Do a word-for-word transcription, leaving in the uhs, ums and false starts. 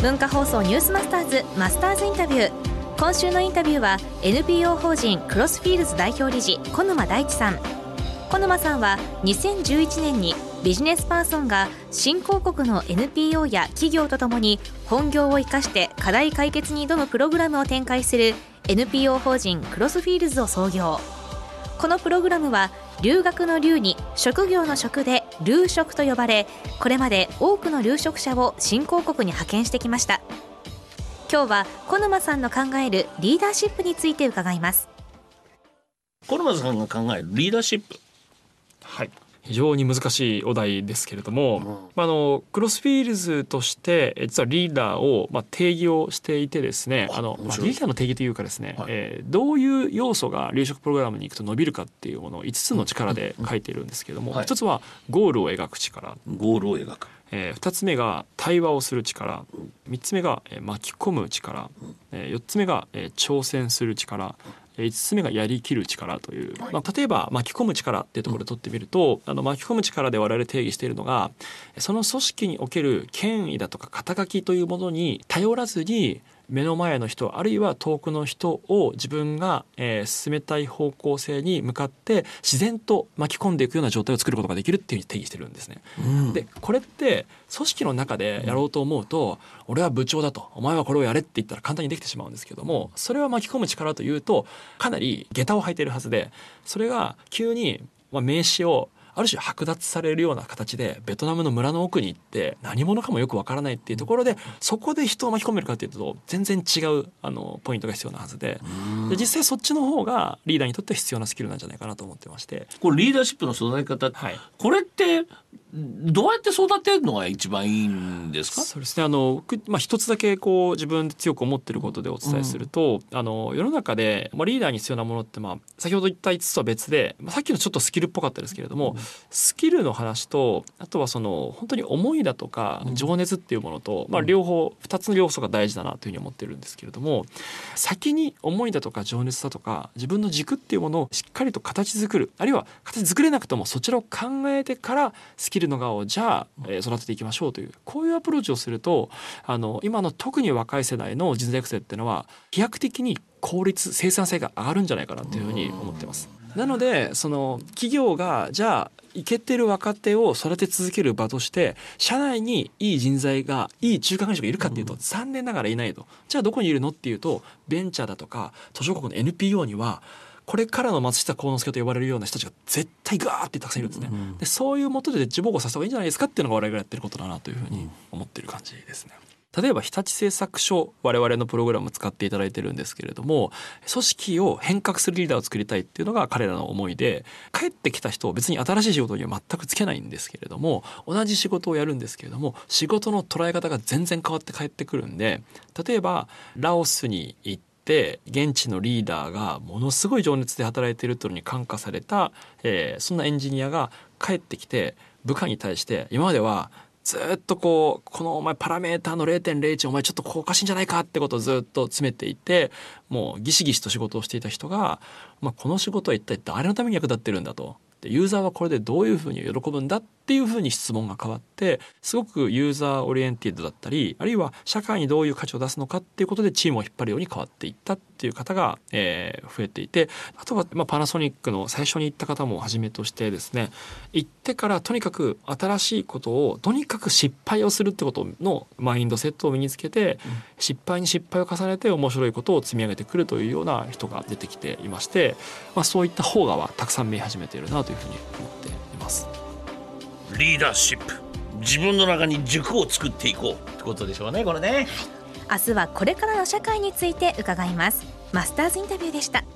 文化放送ニュースマスターズマスターズインタビュー。今週のインタビューは エヌピーオー 法人クロスフィールズ代表理事小沼大地さん。小沼さんはにせんじゅういちねんにビジネスパーソンが新興国の エヌピーオー や企業とともに本業を生かして課題解決に挑むプログラムを展開する エヌピーオー 法人クロスフィールズを創業。このプログラムは留学の留に職業の職で留職と呼ばれ、これまで多くの留職者を新興国に派遣してきました。今日は小沼さんの考えるリーダーシップについて伺います。 小沼さんが考えるリーダーシップ、 はい、非常に難しいお題ですけれども、うんまあ、あのクロスフィールズとして実はリーダーを、まあ、定義をしていてですね、あの、まあ、リーダーの定義というかですね、はいえー、どういう要素が留職プログラムに行くと伸びるかっていうものをいつつの力で書いているんですけれども、うんうんはい、ひとつはゴールを描く力、 ゴールを描く、 えー、ふたつめが対話をする力、みっつめが、えー、巻き込む力、えー、よっつめが、えー、挑戦する力、いつつめがやりきる力という、まあ、例えば巻き込む力っていうところで取ってみると、あの巻き込む力で我々定義しているのが、その組織における権威だとか肩書きというものに頼らずに目の前の人あるいは遠くの人を自分が、えー、進めたい方向性に向かって自然と巻き込んでいくような状態を作ることができるっていうふうに定義してるんですね、うん、でこれって組織の中でやろうと思うと、うん、俺は部長だとお前はこれをやれって言ったら簡単にできてしまうんですけども、それは巻き込む力というとかなり下駄を履いているはずで、それが急に、まあ、名刺をある種剥奪されるような形でベトナムの村の奥に行って何者かもよくわからないっていうところで、そこで人を巻き込めるかっていうと全然違うあのポイントが必要なはず で, で実際そっちの方がリーダーにとって必要なスキルなんじゃないかなと思ってまして、 これリーダーシップの育て方、はい、これってどうやって育てるのが一番いいんですか？ そうですね、あの、まあ、一つだけこう自分で強く思っていることでお伝えすると、うん、あの世の中で、まあ、リーダーに必要なものって、まあ、先ほど言ったいつつとは別で、まあ、さっきのちょっとスキルっぽかったですけれども、うん、スキルの話とあとはその本当に思いだとか情熱っていうものと、うんまあ、両方ふたつの要素が大事だなというふうに思ってるんですけれども、先に思いだとか情熱だとか自分の軸っていうものをしっかりと形作る、あるいは形作れなくてもそちらを考えてからスキルの側をじゃあ育てていきましょうという、こういうアプローチをすると、あの今の特に若い世代の人材育成っていうのは飛躍的に効率生産性が上がるんじゃないかなというふうに思ってます。なのでその企業がじゃあイケてる若手を育て続ける場として社内にいい人材がいい中間管理職がいるかっていうと残念ながらいないと。じゃあどこにいるのっていうと、ベンチャーだとか途上国の エヌピーオー にはこれからの松下幸之助と呼ばれるような人たちが絶対ガーってたくさんいるんですね、うん、でそういうもとで自暴をさせた方がいいんじゃないですかっていうのが我々がやってることだなというふうに思ってる感じですね。例えば日立製作所、我々のプログラムを使っていただいてるんですけれども、組織を変革するリーダーを作りたいっていうのが彼らの思いで、帰ってきた人を別に新しい仕事には全くつけないんですけれども、同じ仕事をやるんですけれども仕事の捉え方が全然変わって帰ってくるんで、例えばラオスに行って現地のリーダーがものすごい情熱で働いているというのに感化された、えー、そんなエンジニアが帰ってきて部下に対して今まではずっとこうこのお前パラメーターの れいてんれいいち お前ちょっとこうおかしいんじゃないかってことをずっと詰めていて、もうギシギシと仕事をしていた人が、まあ、この仕事は一体誰のために役立ってるんだと、ユーザーはこれでどういうふうに喜ぶんだっていうふうに質問が変わって、すごくユーザーオリエンティッドだったり、あるいは社会にどういう価値を出すのかっていうことでチームを引っ張るように変わっていったっていう方が、えー、増えていて、あとは、まあ、パナソニックの最初に行った方もはじめとしてですね、行ってからとにかく新しいことをとにかく失敗をするってことのマインドセットを身につけて、うん、失敗に失敗を重ねて面白いことを積み上げてくるというような人が出てきていまして、まあ、そういった方がはたくさん見え始めているなというふうに思っています。 リーダーシップ、自分の中に軸を作っていこうってことでしょうね、これね。 明日はこれからの社会について伺います。マスターズインタビューでした。